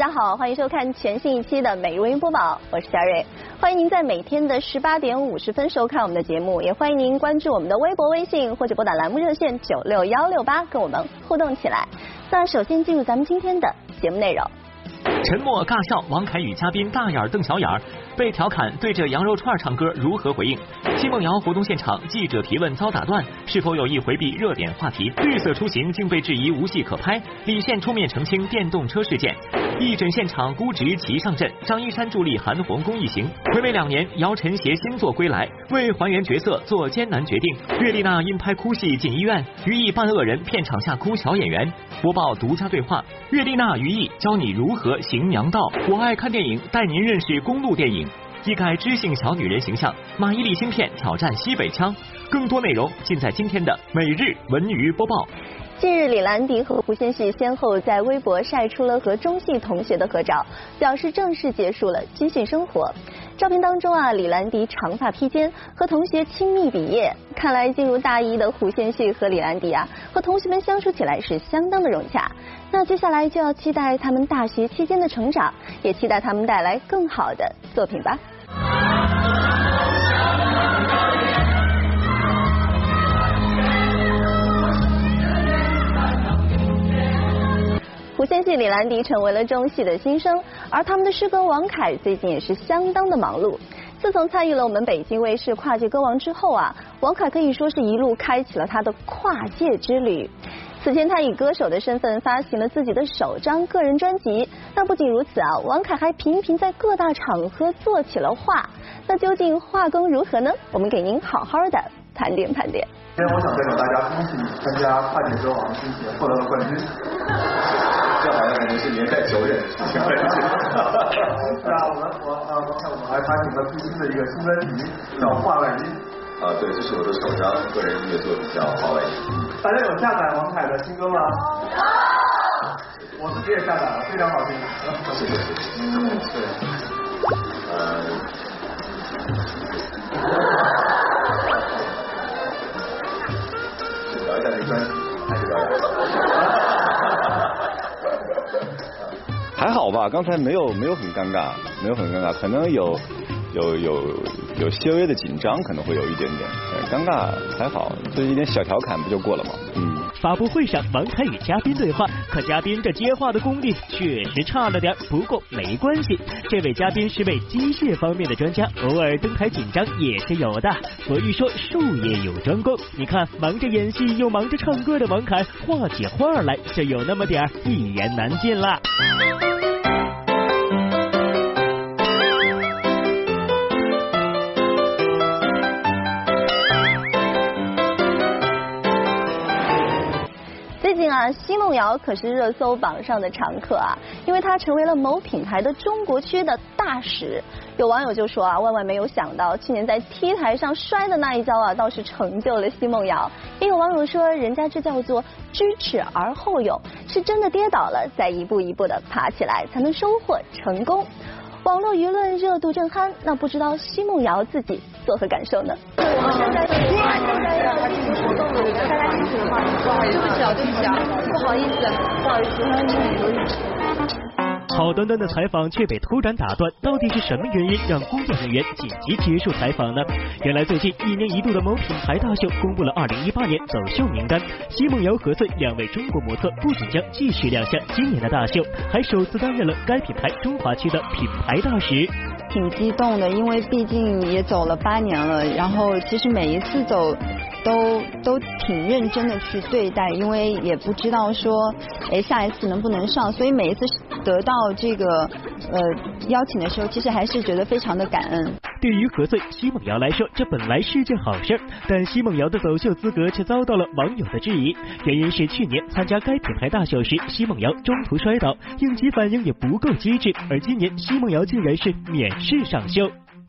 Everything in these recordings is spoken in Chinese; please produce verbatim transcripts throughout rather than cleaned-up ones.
家好，欢迎收看全新一期的每日微播报，我是佳瑞。欢迎您在每天的十八点五十分收看我们的节目，也欢迎您关注我们的微博、微信或者拨打栏目热线九六幺六八，跟我们互动起来。那首先进入咱们今天的节目内容。 沉默尬笑，王凯与嘉宾大眼瞪小眼儿，被调侃对着羊肉串唱歌如何回应？奚梦瑶活动现场，记者提问遭打断，是否有意回避热点话题？绿色出行竟被质疑无戏可拍，李现出面澄清电动车事件。义诊现场估值齐上阵，张一山助力韩红公益行。暌违两年，姚晨携新作归来，为还原角色做艰难决定。岳丽娜因拍哭戏进医院，于毅扮恶人片场吓哭小演员。播报独家对话，岳丽娜于毅教你如何行娘道。我爱看电影，带您认识公路电影。一改知性小女人形象，马伊琍新片挑战西北腔。更多内容尽在今天的每日文娱播报。 近日，李兰迪和胡先煦先后在微博晒出了和中戏同学的合照，表示正式结束了军训生活。照片当中啊，李兰迪长发披肩，和同学亲密比耶。看来进入大一的胡先煦和李兰迪啊，和同学们相处起来是相当的融洽。那接下来就要期待他们大学期间的成长，也期待他们带来更好的作品吧。胡先煦、李兰迪成为了中戏的新生，而他们的师哥王凯最近也是相当的忙碌。自从参与了我们北京卫视跨界歌王之后啊，王凯可以说是一路开启了他的跨界之旅。此前他以歌手的身份发行了自己的首张个人专辑。那不仅如此啊，王凯还频频在各大场合做起了画。那究竟画工如何呢？我们给您好好的盘点盘点。 今天我想代表大家恭喜你参加跨界歌王并且获得了冠军。 这好像感觉是年代久远的事情。 是啊，我们我呃王凯我们还发行了最新的一个新专辑，叫《画外音》。 啊，对，这是我的首张个人音乐作品，叫《画外音》。 大家有下载王凯的新歌吗？我自己也下载了，非常好听。 谢谢谢谢。嗯，是。呃。聊一下这个专辑，还是聊一下？ 还好吧，刚才没有没有很尴尬，没有很尴尬，可能有有有有些微的紧张，可能会有一点点，尴尬还好，就是一点小调侃不就过了吗？嗯。 发布会上，王凯与嘉宾对话，可嘉宾这接话的功力确实差了点，不过没关系，这位嘉宾是位机械方面的专家，偶尔登台紧张也是有的。所以说术业有专攻，你看忙着演戏又忙着唱歌的王凯，画起画来就有那么点一言难尽了。 最近啊，奚梦瑶可是热搜榜上的常客啊，因为她成为了某品牌的中国区的大使。有网友就说啊，万万没有想到，去年在 T 台上摔的那一跤啊，倒是成就了奚梦瑶。也有网友说，人家这叫做知耻而后勇，是真的跌倒了，再一步一步的爬起来，才能收获成功。网络舆论热度正酣，那不知道奚梦瑶自己作何感受呢？我们现在现在要进行活动了，你跟大家清楚的话，对不起啊，对不起啊，不好意思，不好意思，刚刚有点。 好端端的采访却被突然打断，到底是什么原因让工作人员紧急结束采访呢？原来最近一年一度的某品牌大秀公布了二零一八年走秀名单，奚梦瑶、何穗两位中国模特不仅将继续亮相今年的大秀，还首次担任了该品牌中华区的品牌大使。 挺激动的，因为毕竟也走了八年了，然后其实每一次走都都挺认真的去对待，因为也不知道说哎下一次能不能上，所以每一次得到这个呃邀请的时候，其实还是觉得非常的感恩。 对于何穗、奚梦瑶来说，这本来是件好事，但奚梦瑶的走秀资格却遭到了网友的质疑，原因是去年参加该品牌大秀时，奚梦瑶中途摔倒，应急反应也不够机智，而今年奚梦瑶竟然是免试上秀。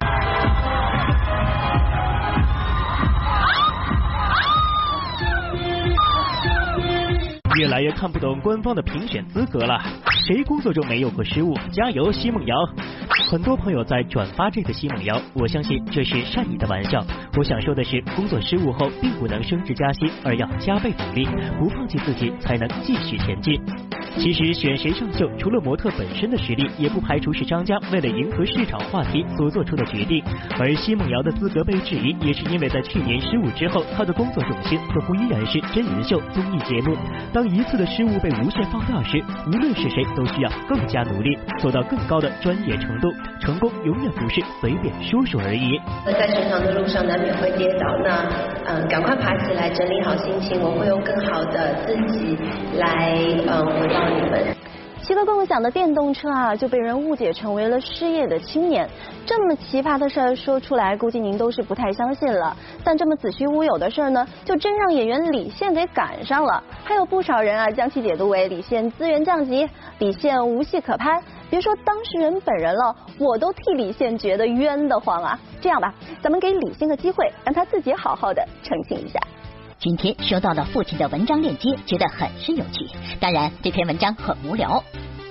越来越看不懂官方的评选资格了，谁工作中没有过失误？加油，奚梦瑶！很多朋友在转发这个奚梦瑶，我相信这是善意的玩笑。我想说的是，工作失误后并不能升职加薪，而要加倍努力，不放弃自己，才能继续前进。 其实选谁上秀，除了模特本身的实力，也不排除是商家为了迎合市场话题所做出的决定。而奚梦瑶的资格被质疑，也是因为在去年失误之后，她的工作重心似乎依然是真人秀综艺节目。当一次的失误被无限放大时，无论是谁都需要更加努力，做到更高的专业程度。成功永远不是随便说说而已。 在成长的路上难免会跌倒，那嗯，赶快爬起来，整理好心情，我会用更好的自己来嗯回报你们。 骑个共享的电动车啊，就被人误解成为了失业的青年。这么奇葩的事儿说出来，估计您都是不太相信了。但这么子虚乌有的事儿呢，就真让演员李现给赶上了。还有不少人啊，将其解读为李现资源降级，李现无戏可拍。别说当事人本人了，我都替李现觉得冤得慌啊！这样吧，咱们给李现个机会，让他自己好好的澄清一下。 今天收到了父亲的文章链接，觉得很是有趣。当然，这篇文章很无聊。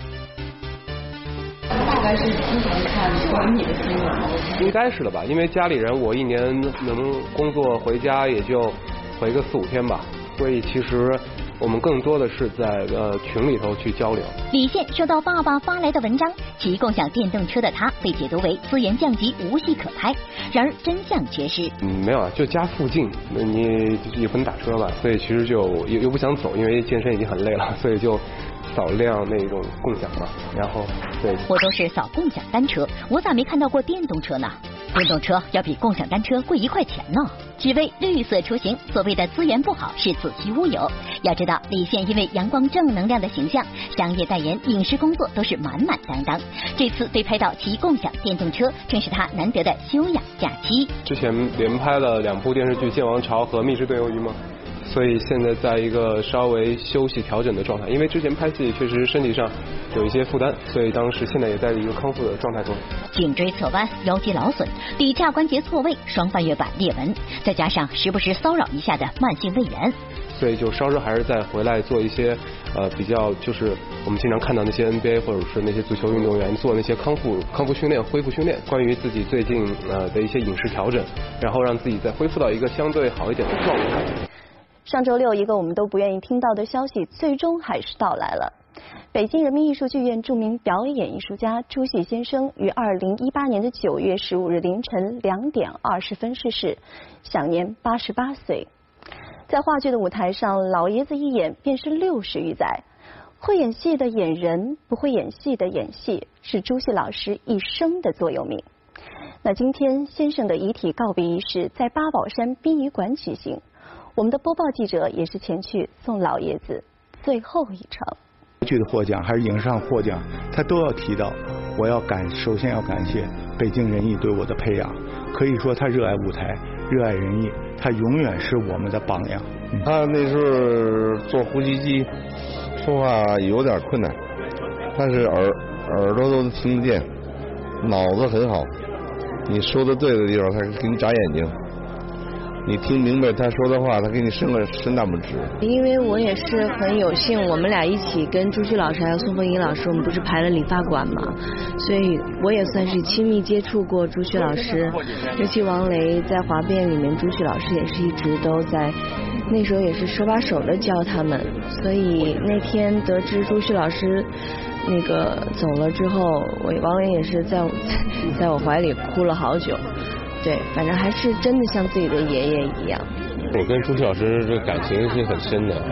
大概是经常看管你的新闻吗？ 应该是的吧，因为家里人我一年能工作回家也就回个四五天吧，所以其实我们更多的是在呃群里头去交流。 李现收到爸爸发来的文章，骑共享电动车的他被解读为资源降级，无戏可拍。然而真相却是， 嗯，没有啊，就家附近，你也不能打车吧，所以其实就又又不想走，因为健身已经很累了，所以就扫辆那种共享嘛，然后对。 我都是扫共享单车，我咋没看到过电动车呢？电动车要比共享单车贵一块钱呢。只为绿色出行，所谓的资源不好是子虚乌有。要知道，李现因为阳光正能量的形象，商业代言、影视工作都是满满当当。这次被拍到骑共享电动车，正是他难得的休养假期。 之前连拍了两部电视剧《剑王朝》和《密室炖鱿鱼》吗？所以现在在一个稍微休息调整的状态，因为之前拍戏确实身体上有一些负担，所以当时现在也在一个康复的状态中。 颈椎侧弯、腰肌劳损、骶髂关节错位、双半月板裂纹，再加上时不时骚扰一下的慢性胃炎， 所以就稍稍还是再回来做一些呃比较，就是我们经常看到那些 N B A 或者是那些足球运动员做那些康复康复训练、恢复训练，关于自己最近呃的一些饮食调整，然后让自己再恢复到一个相对好一点的状态。 上周六，一个我们都不愿意听到的消息，最终还是到来了。北京人民艺术剧院著名表演艺术家朱熹先生于二零一八年的九月十五日凌晨两点二十分逝世，享年八十八岁。在话剧的舞台上，老爷子一演便是六十余载。会演戏的演人，不会演戏的演戏，是朱熹老师一生的座右铭。那今天先生的遗体告别仪式在八宝山殡仪馆举行。我们的播报记者也是前去送老爷子最后一程。 剧的获奖还是影视上获奖，他都要提到。我要感，首先要感谢北京人艺对我的培养。可以说他热爱舞台，热爱人艺，他永远是我们的榜样。 嗯、他那时候做呼吸机，说话有点困难，但是耳耳朵都听得见，脑子很好。你说的对的地方，他给你眨眼睛。你听明白他说的话，他给你伸个伸大拇指。 因为我也是很有幸，我们俩一起跟朱旭老师还有宋凤仪老师，我们不是排了理发馆嘛，所以我也算是亲密接触过朱旭老师。尤其王雷在华辩里面，朱旭老师也是一直都在，那时候也是手把手的教他们。所以那天得知朱旭老师那个走了之后，我王雷也是在在我怀里哭了好久。对，反正还是真的像自己的爷爷一样。 我跟朱旭老师这感情是很深的啊。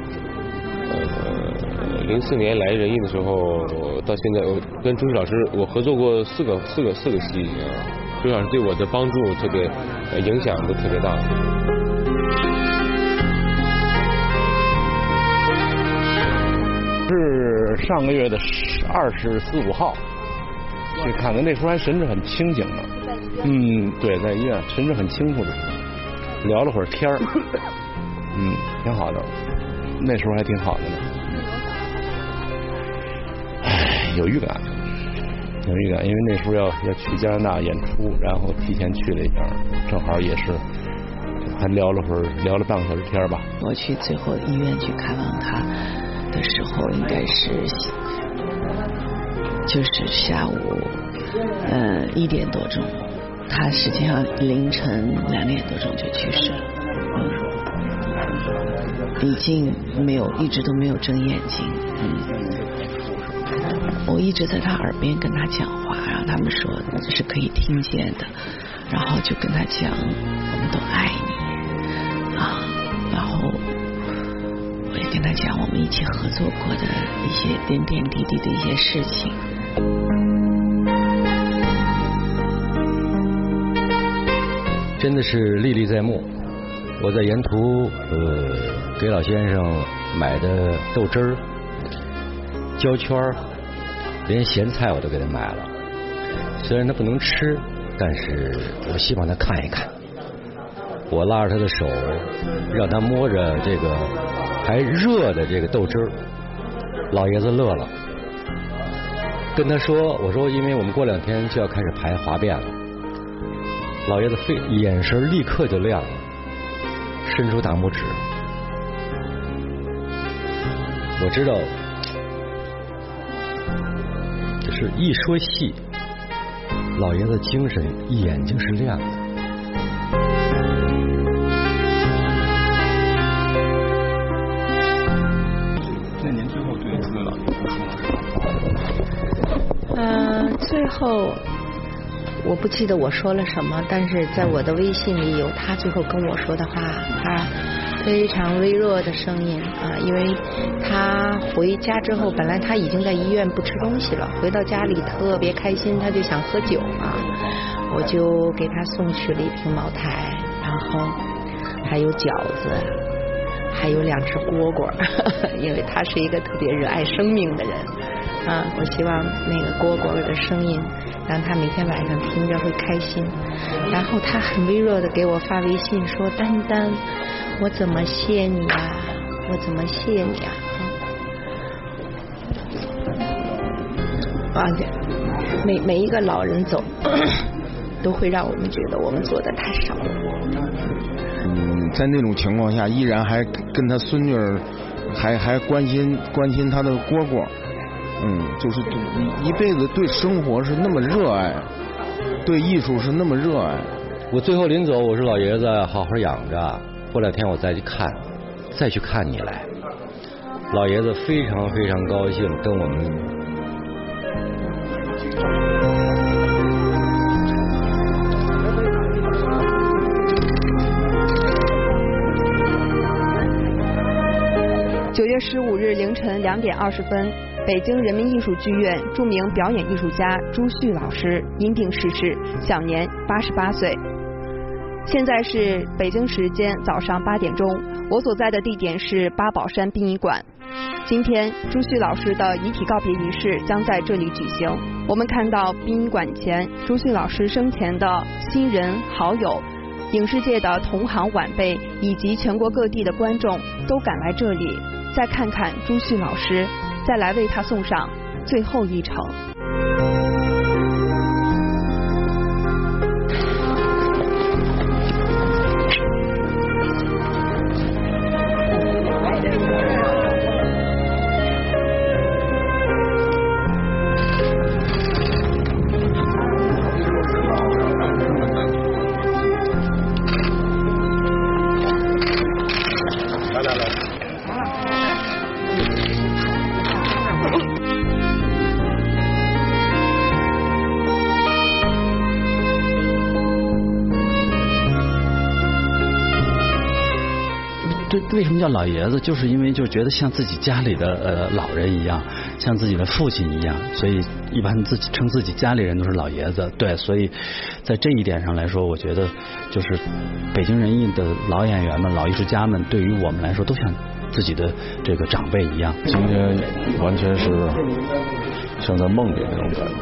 呃，零四年来人艺的时候，到现在我跟朱旭老师我合作过四个四个四个戏啊。朱旭老师对我的帮助特别，呃、影响都特别大。 是上个月的二十四五号去看的，那时候还神志很清醒呢。嗯，对，在医院神志很清楚的，聊了会儿天儿，嗯，挺好的，那时候还挺好的呢。唉，有预感，有预感，因为那时候要要去加拿大演出，然后提前去了一下，正好也是还聊了会儿，聊了半个小时天吧。 我去最后医院去看望他的时候，应该是就是下午呃一点多钟。他实际上凌晨两点多钟就去世了。嗯， 已经没有一直都没有睁眼睛。嗯，我一直在他耳边跟他讲话，然后他们说是可以听见的，然后就跟他讲我们都爱你啊，然后我也跟他讲我们一起合作过的一些点点滴滴的一些事情。 真的是历历在目。我在沿途呃给老先生买的豆汁儿、胶圈儿，连咸菜我都给他买了。虽然他不能吃，但是我希望他看一看。我拉着他的手，让他摸着这个还热的这个豆汁儿，老爷子乐了，跟他说：“我说，因为我们过两天就要开始排华变了。”老爷子非眼神立刻就亮了，伸出大拇指。我知道，就是一说戏，老爷子精神眼睛是亮的。 那您最后对朱军老爷子说了什么？ 嗯，最后。我不记得我说了什么，但是在我的微信里有他最后跟我说的话，他非常微弱的声音啊，因为他回家之后，本来他已经在医院不吃东西了，回到家里特别开心，他就想喝酒啊，我就给他送去了一瓶茅台，然后还有饺子，还有两只蝈蝈，因为他是一个特别热爱生命的人啊，我希望那个蝈蝈的声音让他每天晚上听着会开心。然后他很微弱的给我发微信说：“丹丹，我怎么谢你啊？我怎么谢你啊？”啊，每每一个老人走，都会让我们觉得我们做的太少了。 嗯，在那种情况下，依然还跟他孙女儿还还关心关心他的蝈蝈。嗯，就是一一辈子对生活是那么热爱，对艺术是那么热爱。 我最后临走，我说老爷子好好养着，过两天我再去看，再去看你来。老爷子非常非常高兴，跟我们。 九月十五日凌晨两点二十分。北京人民艺术剧院著名表演艺术家朱旭老师因病逝世，享年八十八岁。现在是北京时间早上八点钟，我所在的地点是八宝山殡仪馆。今天朱旭老师的遗体告别仪式将在这里举行。我们看到殡仪馆前朱旭老师生前的亲人好友、影视界的同行晚辈以及全国各地的观众都赶来这里，再看看朱旭老师，再来为他送上最后一程。 为什么叫老爷子？就是因为就觉得像自己家里的呃老人一样，像自己的父亲一样，所以一般自己称自己家里人都是老爷子。对，所以在这一点上来说，我觉得就是北京人艺的老演员们、老艺术家们，对于我们来说都像自己的这个长辈一样。 今天完全是像在梦里那种感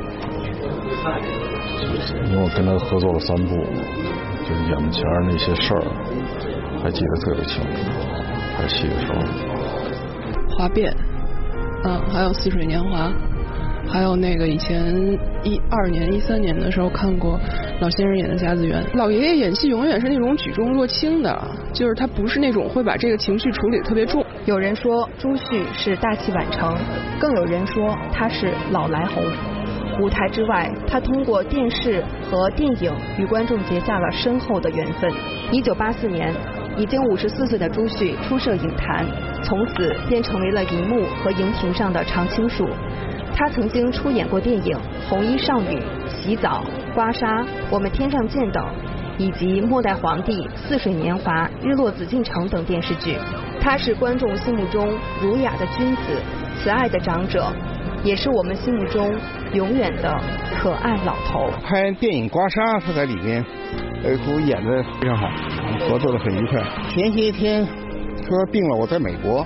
觉，因为我跟他合作了三部，就是眼前那些事儿。还记得特别清楚，拍戏的时候。 华变，嗯，还有似水年华，还有那个以前一二年、一三年的时候看过老先生演的《甲子园》。老爷爷演戏永远是那种举重若轻的，就是他不是那种会把这个情绪处理得特别重。 有人说朱旭是大器晚成，更有人说他是老来红。舞台之外，他通过电视和电影与观众结下了深厚的缘分。一九八四年， 已经五十四岁的朱旭初涉影坛，从此便成为了荧幕和荧屏上的常青树。他曾经出演过电影《红衣少女》、《洗澡》、《刮痧》、《我们天上见》等，以及《末代皇帝》、《似水年华》、《日落紫禁城》等电视剧。他是观众心目中儒雅的君子、慈爱的长者，也是我们心目中永远的可爱老头。 拍电影《刮痧》，他在里面，呃，给我演的非常好，合作的很愉快。前些天说病了，我在美国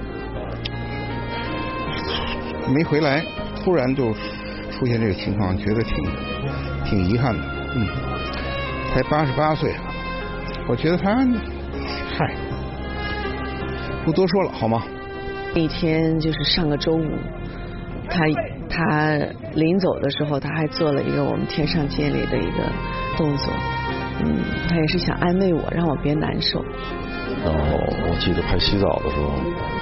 没回来，突然就出现这个情况，觉得挺挺遗憾的。嗯，才八十八岁，我觉得他，嗨，不多说了，好吗？ 那天就是上个周五，他他临走的时候，他还做了一个我们天上见里的一个动作，嗯，他也是想安慰我，让我别难受。 然后我记得拍洗澡的时候，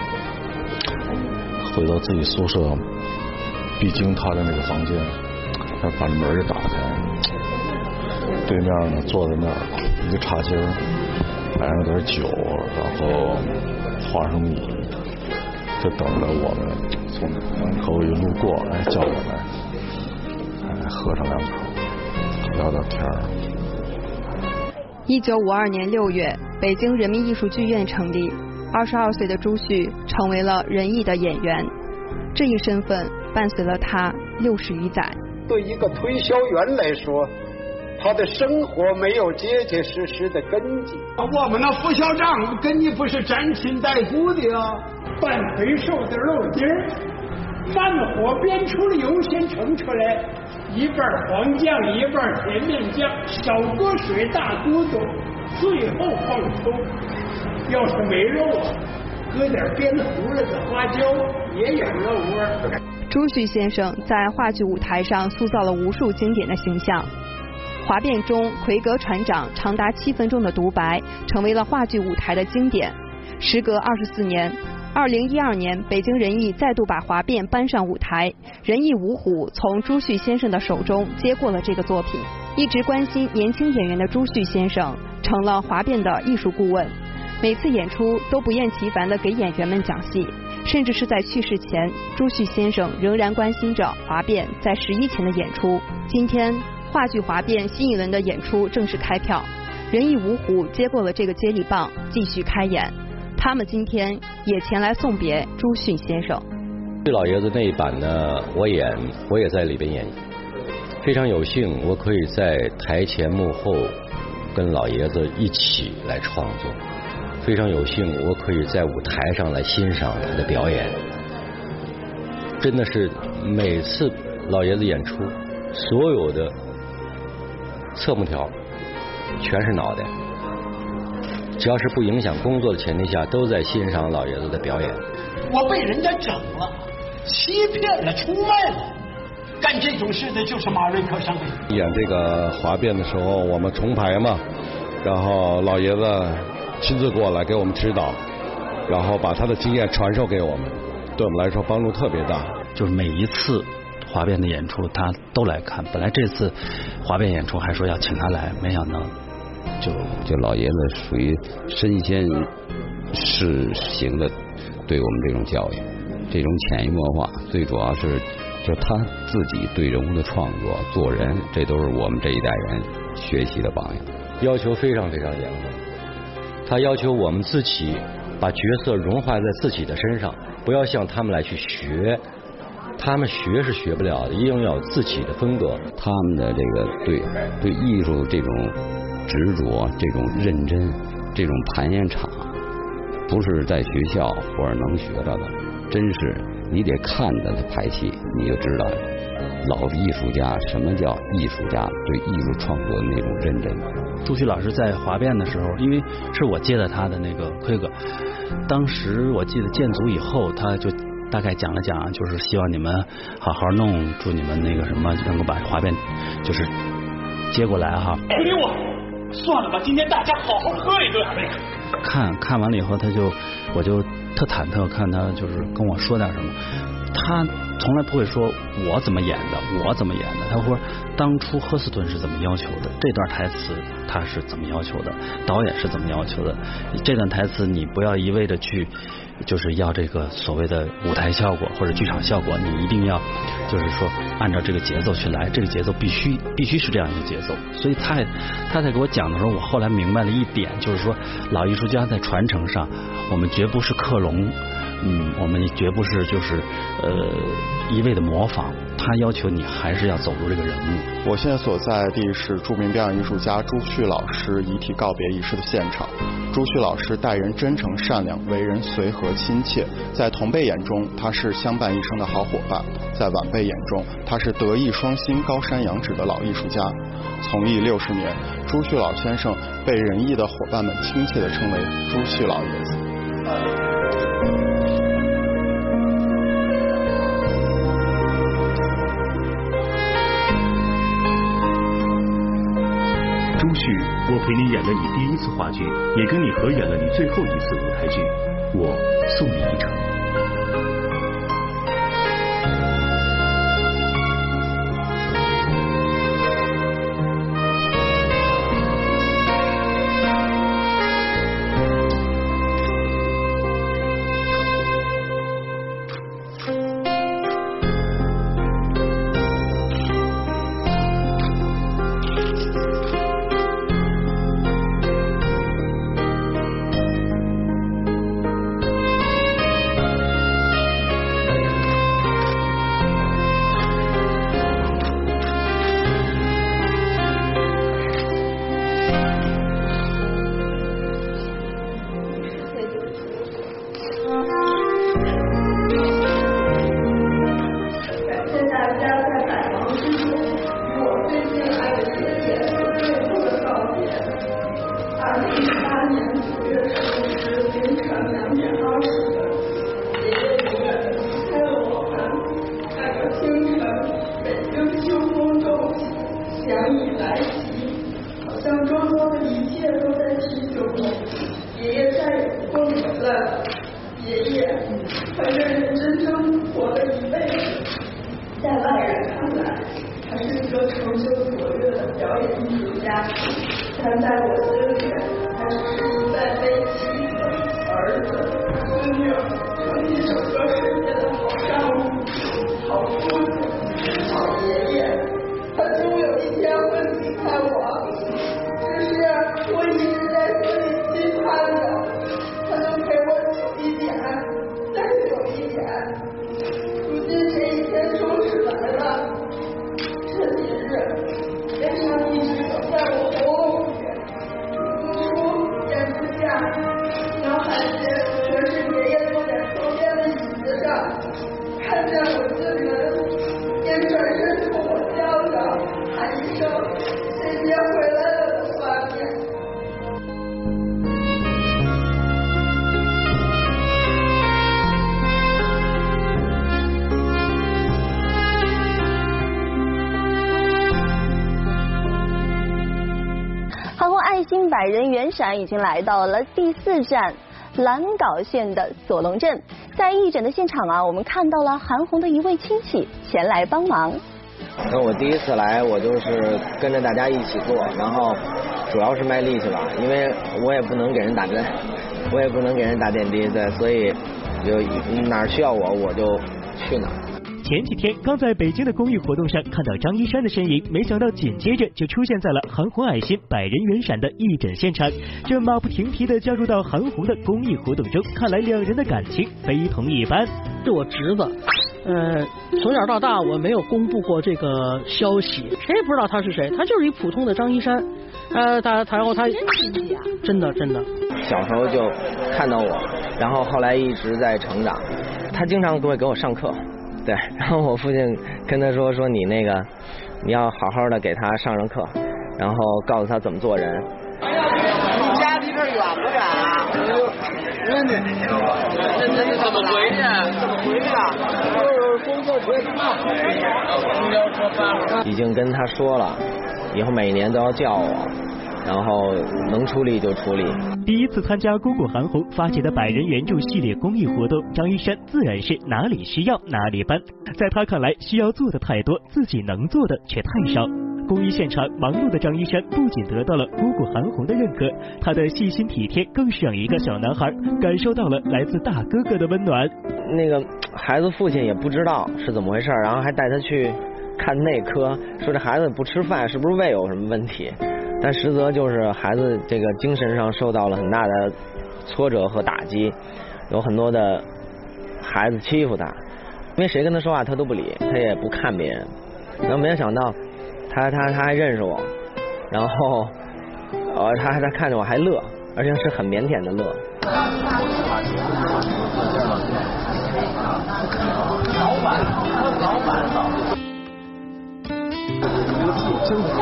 回到自己宿舍，毕竟他的那个房间，他把门给打开，对面呢坐在那儿一个茶几儿，摆上点酒，然后花生米，就等着我们从门口一路过，哎叫过来，哎喝上两口，聊聊天儿。 一九五二年六月，北京人民艺术剧院成立，二十二岁的朱旭成为了人艺的演员，这一身份伴随了他六十余载。 对一个推销员来说，他的生活没有结结实实的根基。我们那副校长跟你不是沾亲带故的啊，半腿瘦的肉丁儿，慢火煸出了油先盛出来，一半黄酱一半甜面酱，少搁水大骨头，最后放葱。要是没肉啊，搁点煸糊了的花椒也有肉味儿。 朱旭先生在话剧舞台上塑造了无数经典的形象。华变中奎格船长长达七分钟的独白成为了话剧舞台的经典。时隔二十四年，二零一二年北京人艺再度把华变搬上舞台，人艺五虎从朱旭先生的手中接过了这个作品。一直关心年轻演员的朱旭先生成了华变的艺术顾问，每次演出都不厌其烦地给演员们讲戏，甚至是在去世前，朱旭先生仍然关心着华变在十一前的演出。今天话剧华变新一轮的演出正式开票，人艺五虎接过了这个接力棒，继续开演。他们今天也前来送别朱旭先生。 朱老爷子那一版呢，我演我也在里边演，非常有幸我可以在台前幕后跟老爷子一起来创作，非常有幸我可以在舞台上来欣赏他的表演。真的是每次老爷子演出，所有的侧幕条全是脑袋，只要是不影响工作的前提下，都在欣赏老爷子的表演。 我被人家整了，欺骗了，出卖了，干这种事的就是马瑞克上尉。 演这个华变的时候，我们重排嘛，然后老爷子亲自过来给我们指导，然后把他的经验传授给我们，对我们来说帮助特别大。 就是每一次华变的演出他都来看，本来这次华变演出还说要请他来，没想到就就老爷子属于身先士行的对我们这种教育，这种潜移默化，最主要是就他自己对人物的创作做人，这都是我们这一代人学习的榜样。 要求非常非常严格，他要求我们自己把角色融化在自己的身上，不要向他们来去学，他们学是学不了的，一定要有自己的风格。 他们的这个对对艺术这种执着、这种认真、这种排练场，不是在学校或者能学到的，真是你得看着他排戏，你就知道老艺术家什么叫艺术家对艺术创作的那种认真。 朱旭老师在华变的时候，因为是我接的他的那个奎格，当时我记得建组以后，他就大概讲了讲，就是希望你们好好弄，祝你们那个什么能够把华变就是接过来哈。 不理我，算了吧，今天大家好好喝一顿。 看看完了以后，他就我就特忐忑，看他就是跟我说点什么。 他从来不会说我怎么演的，我怎么演的，他会说当初赫斯顿是怎么要求的，这段台词他是怎么要求的，导演是怎么要求的，这段台词你不要一味的去就是要这个所谓的舞台效果或者剧场效果，你一定要就是说按照这个节奏去来，这个节奏必须必须是这样一个节奏。所以他他在给我讲的时候，我后来明白了一点，就是说老艺术家在传承上，我们绝不是克隆，嗯，我们绝不是就是呃一味的模仿，他要求你还是要走入这个人物。 我现在所在地是著名表演艺术家朱旭老师遗体告别仪式的现场。朱旭老师待人真诚善良，为人随和亲切，在同辈眼中他是相伴一生的好伙伴，在晚辈眼中他是德艺双馨、高山仰止的老艺术家。从艺六十年，朱旭老先生被仁义的伙伴们亲切地称为朱旭老爷子。 朱旭，我陪你演了你第一次话剧，也跟你合演了你最后一次舞台剧，我送你一程。 百人圆闪已经来到了第四站兰皋县的索隆镇，在义诊的现场啊，我们看到了韩红的一位亲戚前来帮忙。 那我第一次来，我就是跟着大家一起做，然后主要是卖力气吧，因为我也不能给人打针，我也不能给人打点滴，对，所以有哪儿需要我我就去哪儿。 前几天刚在北京的公益活动上看到张一山的身影，没想到紧接着就出现在了韩红爱心百人圆闪的义诊现场，这马不停蹄的加入到韩红的公益活动中，看来两人的感情非同一般。 是我侄子，呃，从小到大我没有公布过这个消息，谁也不知道他是谁，他就是一普通的张一山，呃，他然后他真的真的， 小时候就看到我，然后后来一直在成长，他经常会给我上课。对，然后我父亲跟他说说你那个你要好好的给他上上课，然后告诉他怎么做人。 你家离这远不远啊？远的。这这是怎么回去？怎么回去啊？就是公交车上。公交车上。 已经跟他说了，以后每年都要叫我， 然后能出力就出力。 第一次参加姑姑韩红发起的百人援助系列公益活动，张一山自然是哪里需要哪里搬。在他看来，需要做的太多，自己能做的却太少。公益现场忙碌的张一山不仅得到了姑姑韩红的认可，他的细心体贴更是让一个小男孩感受到了来自大哥哥的温暖。 那个孩子父亲也不知道是怎么回事，然后还带他去看内科，说这孩子不吃饭是不是胃有什么问题，但实则就是孩子这个精神上受到了很大的挫折和打击，有很多的孩子欺负他，因为谁跟他说话他都不理，他也不看别人，然后没想到他他他还认识我，然后呃他他看着我还乐，而且是很腼腆的乐。老板，老板好。真的。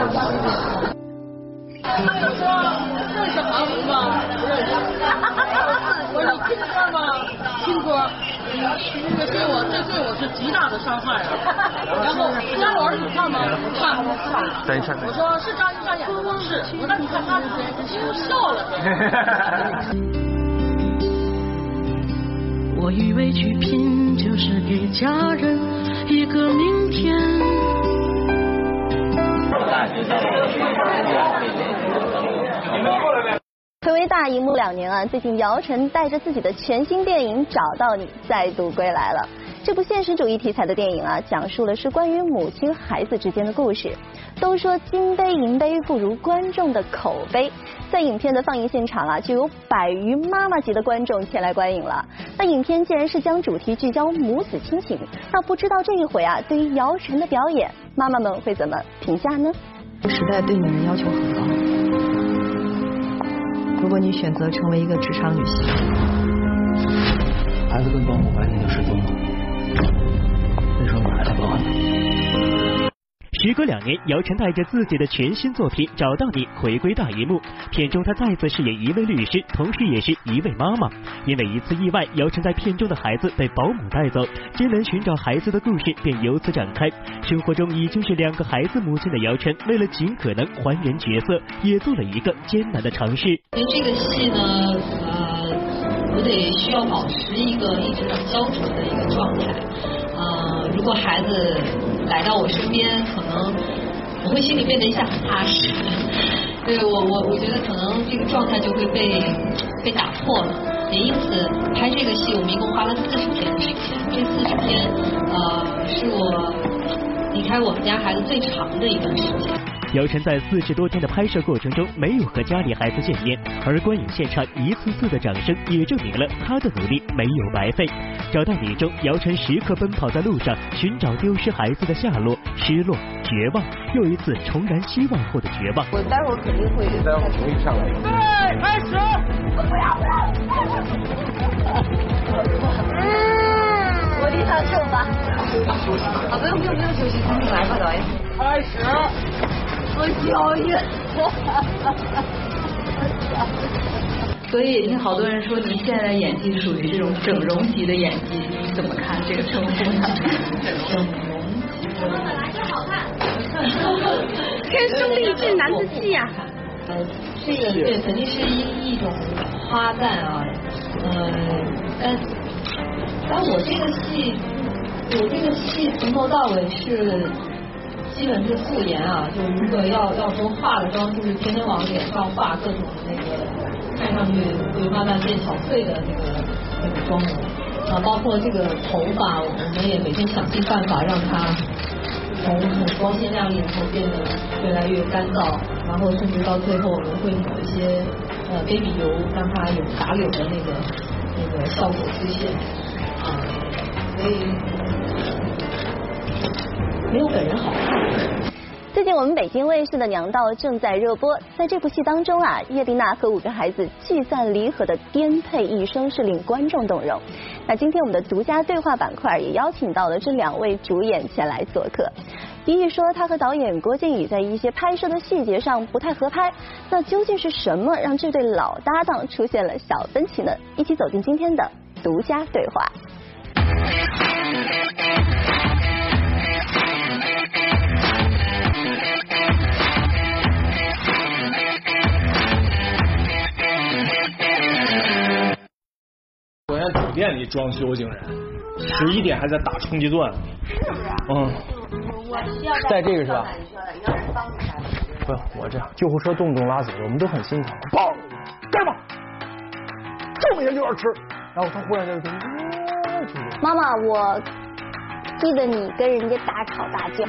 他有说认识韩红吗？不认识。我说你听歌吗？听歌。那个对我这对我是极大的伤害啊。然后张老师你看吗？我看。张一山。我说是张一山演的吗？是。我说那你看他是谁？我笑了。 我以为去拼就是给家人一个明天。 暌违大荧幕两年啊，最近姚晨带着自己的全新电影《找到你》再度归来了。这部现实主义题材的电影啊，讲述的是关于母亲孩子之间的故事。都说金杯银杯不如观众的口碑，在影片的放映现场啊，就有百余妈妈级的观众前来观影了。那影片既然是将主题聚焦母子亲情，那不知道这一回啊，对于姚晨的表演，妈妈们会怎么评价呢？ 时代对女人要求很高，如果你选择成为一个职场女性， 孩子跟保姆白天就失踪了，那时候哪来的保安？ 时隔两年，姚晨带着自己的全新作品《找到你》回归大荧幕。片中她再次饰演一位律师，同时也是一位妈妈。因为一次意外，姚晨在片中的孩子被保姆带走，艰难寻找孩子的故事便由此展开。生活中已经是两个孩子母亲的姚晨，为了尽可能还原角色，也做了一个艰难的尝试。 因为这个戏呢，呃，我得需要保持一个一直很焦灼的一个状态。呃，如果孩子来到我身边，可能我会心里变得一下很踏实。对我我我觉得可能这个状态就会被被打破了。也因此拍这个戏，我们一共花了四十天的时间。这四十天，呃，是我离开我们家孩子最长的一段时间。 姚晨在四十多天的拍摄过程中没有和家里孩子见面，而观影现场一次次的掌声也证明了她的努力没有白费。找到你中，姚晨时刻奔跑在路上，寻找丢失孩子的下落，失落、绝望，又一次重燃希望后的绝望。 我待会儿肯定会， 待会儿重新上来。 对，开始。不要不要。 我替他救吧。 好，不用不用不用休息，赶紧来吧，导演。 开始。 我脚晕。 所以也听好多人说您现在的演技属于这种整容级的演技，你怎么看这个称呼呢？整容级的。真好看。 天生丽质难自弃呀。 呃，这个对肯定是一一种夸赞啊，呃，但但我这个戏，我这个戏从头到尾是。基本是素颜啊，就如果要要说化的妆，就是天天往脸上画各种那个看上去会慢慢变小碎的那个那个妆容啊，包括这个头发，我们也每天想尽办法让它从很光鲜亮丽，然后变得越来越干燥，然后甚至到最后我们会抹一些呃 baby 油，让它有打柳的那个那个效果出现啊，所以。没有本人好看。 最近我们北京卫视的《娘道》正在热播，在这部戏当中啊，叶丽娜和五个孩子聚散离合的颠沛一生是令观众动容。那今天我们的独家对话板块也邀请到了这两位主演前来做客。一玉说他和导演郭靖宇在一些拍摄的细节上不太合拍，那究竟是什么让这对老搭档出现了小分歧呢？一起走进今天的独家对话。 店里装修，竟然十一点还在打冲击钻。 是不是？ 嗯。 我需要带这个是吧？ 你需要带，你要是帮你带。 不，我这样，救护车动不动拉走，我们都很心疼。砰！干嘛？这么严就要吃？然后他忽然就说：“ 妈妈，我记得你跟人家大吵大叫。”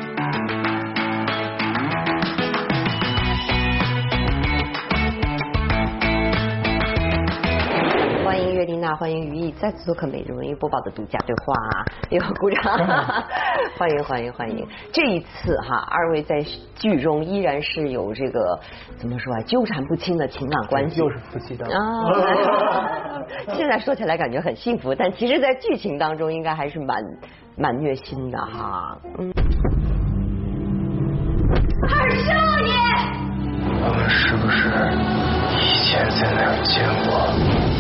欢迎岳丽娜，欢迎于毅再次做客每日文娱播报的独家对话，哎呦，鼓掌！欢迎欢迎欢迎！这一次哈，二位在剧中依然是有这个怎么说啊，纠缠不清的情感关系， 又是夫妻档啊。现在说起来感觉很幸福，但其实，在剧情当中应该还是蛮蛮虐心的哈。嗯。 二少爷， 我们是不是以前在哪儿见过？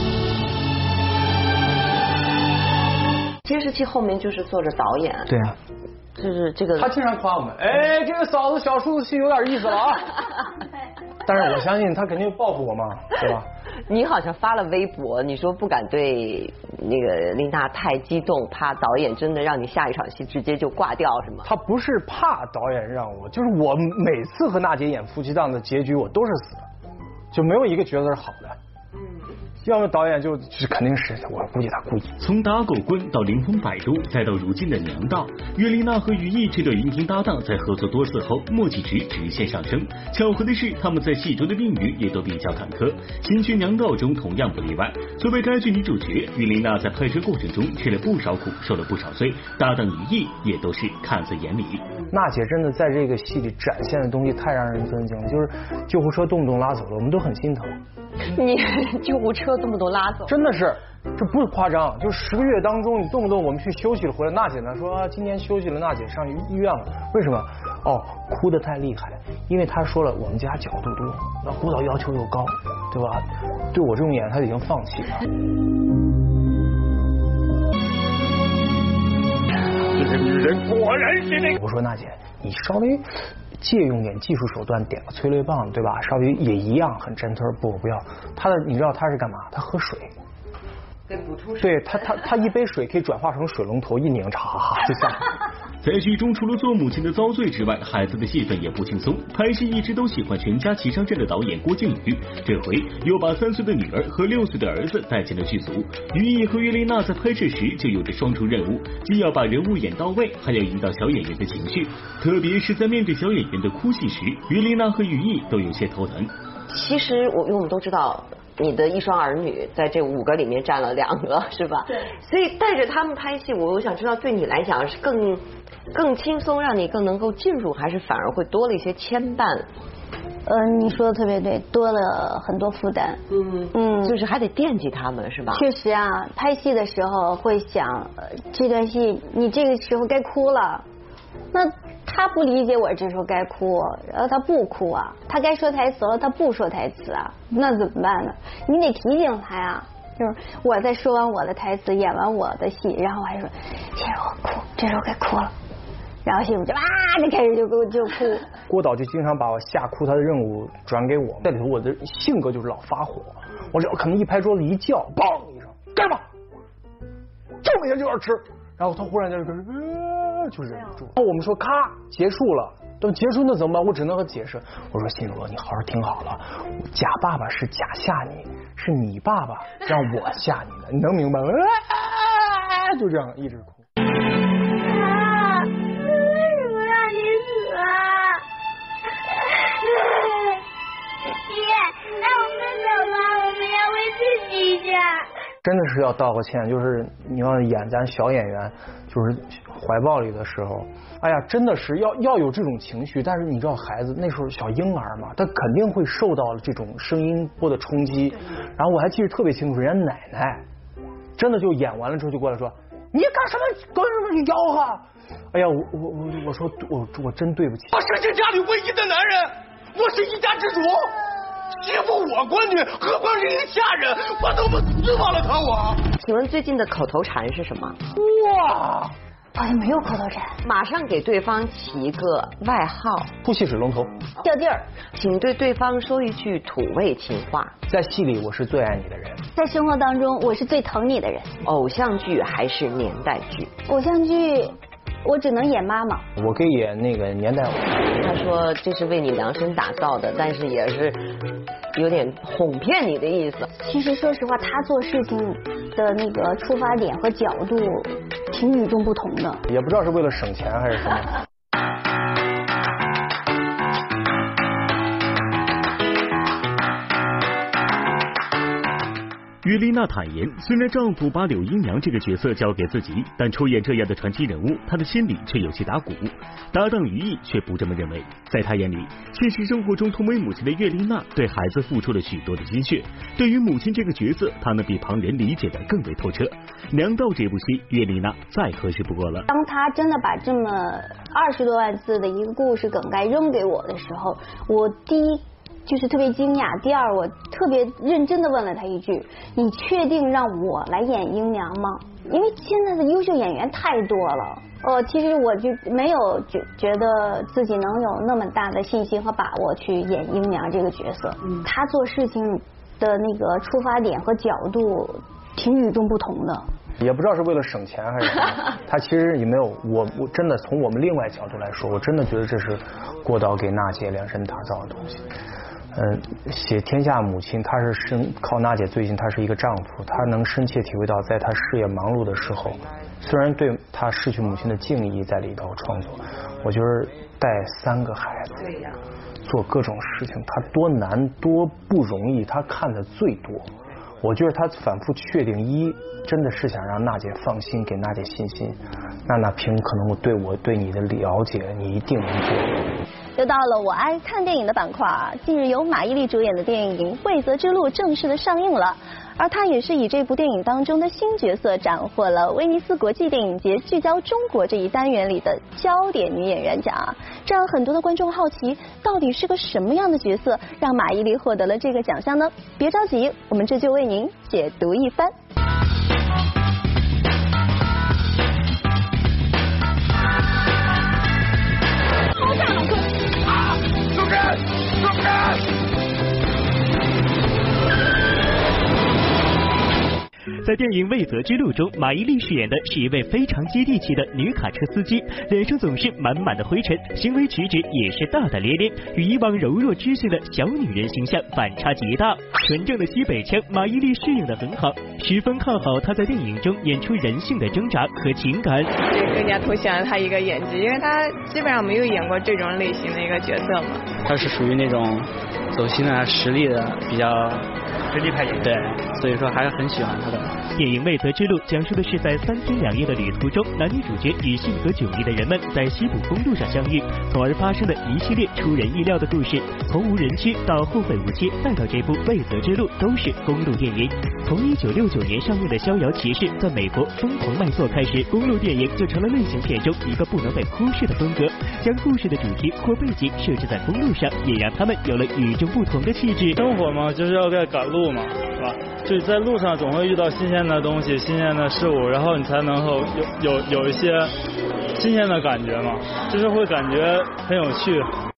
监视器后面就是坐着导演， 对啊， 就是这个。 他经常夸我们，哎，这个嫂子小叔子戏有点意思了啊。但是我相信他肯定报复我嘛，对吧？ 你好像发了微博，你说不敢对那个琳娜太激动，怕导演真的让你下一场戏直接就挂掉，是吗？ 他不是怕导演让我，就是我每次和娜姐演夫妻档的结局，我都是死的，就没有一个角色是好的。要么导演就就肯定是，我估计他故意。 从打狗棍到灵风摆渡，再到如今的娘道，岳丽娜和于毅这对荧屏搭档在合作多次后，默契值直线上升。巧合的是，他们在戏中的命运也都比较坎坷，新剧娘道中同样不例外。作为该剧女主角，岳丽娜在拍摄过程中吃了不少苦，受了不少罪，搭档于毅也都是看在眼里。 娜姐真的在这个戏里展现的东西太让人尊敬了，就是救护车动不动拉走了，我们都很心疼。 你救护车动不动拉走， 真的是，这不是夸张，就十个月当中，你动不动我们去休息了回来，娜姐呢说、啊、今天休息了，娜姐上医院了，为什么？哦，哭得太厉害，因为她说了我们家角度多，那舞蹈要求又高，对吧？对我这种演员，她已经放弃了。这个女人果然是那个。我说娜姐，你稍微借用点技术手段，点个催泪棒，对吧？稍微也一样很真推。不，我不要。他的，你知道他是干嘛？他喝水。 给补充水。 对他，他他一杯水可以转化成水龙头，一拧茶就下。 在剧中，除了做母亲的遭罪之外，孩子的戏份也不轻松。拍戏一直都喜欢全家齐上阵的导演郭靖宇，这回又把三岁的女儿和六岁的儿子带进了剧组。于毅和岳丽娜在拍摄时就有着双重任务，既要把人物演到位，还要引导小演员的情绪。特别是在面对小演员的哭戏时，岳丽娜和于毅都有些头疼。 其实我因为我们都知道。你的一双儿女在这五个里面占了两个，是吧？对。所以带着他们拍戏，我我想知道，对你来讲是更更轻松，让你更能够进入，还是反而会多了一些牵绊？ 呃，你说的特别对，多了很多负担。 嗯嗯，就是还得惦记他们，是吧？ 确实啊，拍戏的时候会想，呃、这段戏你这个时候该哭了，那。他不理解我这时候该哭，然后他不哭啊，他该说台词了，他不说台词啊，那怎么办呢？你得提醒他呀，就是我在说完我的台词，演完我的戏，然后我还说，这时候哭，这时候该哭了，然后戏我就啊就开始就就哭。 郭导就经常把我吓哭他的任务转给我，在里头我的性格就是老发火，我只要可能一拍桌子一叫，砰一声，干嘛？这么严就要吃，然后他忽然间就。就忍不住。我们说咔结束了，等结束那怎么办？我只能和解释。我说心如，你好好听好了，假爸爸是假吓你，是你爸爸让我吓你的，你能明白吗？啊、就这样一直哭。 啊！为什么让你死啊？爹，那我们走吧，我们要回自己家。 真的是要道个歉，就是你要演咱小演员，就是怀抱里的时候，哎呀，真的是要要有这种情绪。但是你知道，孩子那时候小婴儿嘛，他肯定会受到了这种声音波的冲击。然后我还记得特别清楚，人家奶奶真的就演完了之后就过来说：“你干什么？干什么？你吆喝！”哎呀，我我我我说我我真对不起，我是这家里唯一的男人，我是一家之主。欺负我闺女，何况是一个下人，我怎么死忘了他我？ 请问最近的口头禅是什么？ 哇， 好像没有口头禅。 马上给对方起一个外号。 呼气水龙头。 掉地儿。 请对对方说一句土味情话。 在戏里我是最爱你的人， 在生活当中我是最疼你的人。 偶像剧还是年代剧？ 偶像剧我只能演妈妈。 我可以演那个年代偶像。 他说这是为你量身打造的，但是也是有点哄骗你的意思。 其实说实话，他做事情的那个出发点和角度挺与众不同的。 也不知道是为了省钱还是什么。 于丽娜坦言，虽然丈夫把柳姨娘这个角色交给自己，但出演这样的传奇人物，她的心里却有些打鼓。搭档于毅却不这么认为，在他眼里，现实生活中同为母亲的岳丽娜对孩子付出了许多的心血，对于母亲这个角色，她能比旁人理解的更为透彻。娘道这部戏，岳丽娜再合适不过了。 当她真的把这么二十多万字的一个故事梗概扔给我的时候，我第一就是特别惊讶，第二我特别认真的问了他一句，你确定让我来演英娘吗？因为现在的优秀演员太多了。哦，其实我就没有觉觉得自己能有那么大的信心和把握去演英娘这个角色。嗯，他做事情的那个出发点和角度挺与众不同的。 也不知道是为了省钱还是什么，他其实也没有，我我真的从我们另外角度来说，我真的觉得这是郭导给娜姐量身打造的东西。嗯，写天下母亲，他是深靠娜姐最近，他是一个丈夫，他能深切体会到，在他事业忙碌的时候，虽然对他失去母亲的敬意在里头创作，我觉得带三个孩子，对呀，做各种事情，他多难多不容易，他看的最多。我觉得他反复确定，一真的是想让娜姐放心，给娜姐信心。娜娜凭可能我对我对你的了解，你一定能做。 又到了我爱看电影的板块啊！近日由马伊琍主演的电影《魏泽之路》正式的上映了，而她也是以这部电影当中的新角色斩获了威尼斯国际电影节聚焦中国这一单元里的焦点女演员奖啊！这让很多的观众好奇，到底是个什么样的角色让马伊琍获得了这个奖项呢？别着急，我们这就为您解读一番。 在电影《魏泽之路》中，马伊琍饰演的是一位非常接地气的女卡车司机，脸上总是满满的灰尘，行为举止也是大大咧咧，与以往柔弱知性的小女人形象反差极大。纯正的西北腔，马伊琍适应得很好，十分看好她在电影中演出人性的挣扎和情感。 这更加凸显了她一个演技，因为她基本上没有演过这种类型的一个角色嘛。 她是属于那种走心啊、实力的，比较实力派演员，对，所以说还是很喜欢她的。 电影《魏泽之路》讲述的是在三天两夜的旅途中，男女主角与性格迥异的人们在西部公路上相遇，从而发生的一系列出人意料的故事。从无人区到后会无期，再到这部《魏泽之路》，都是公路电影。从一九六九年上映的《逍遥骑士》在美国疯狂卖座开始，公路电影就成了类型片中一个不能被忽视的风格。将故事的主题或背景设置在公路上，也让他们有了与众不同的气质。 生活嘛，就是要在赶路嘛，是吧？就是在路上总会遇到新鲜的东西、新鲜的事物，然后你才能够有有有一些新鲜的感觉嘛，就是会感觉很有趣。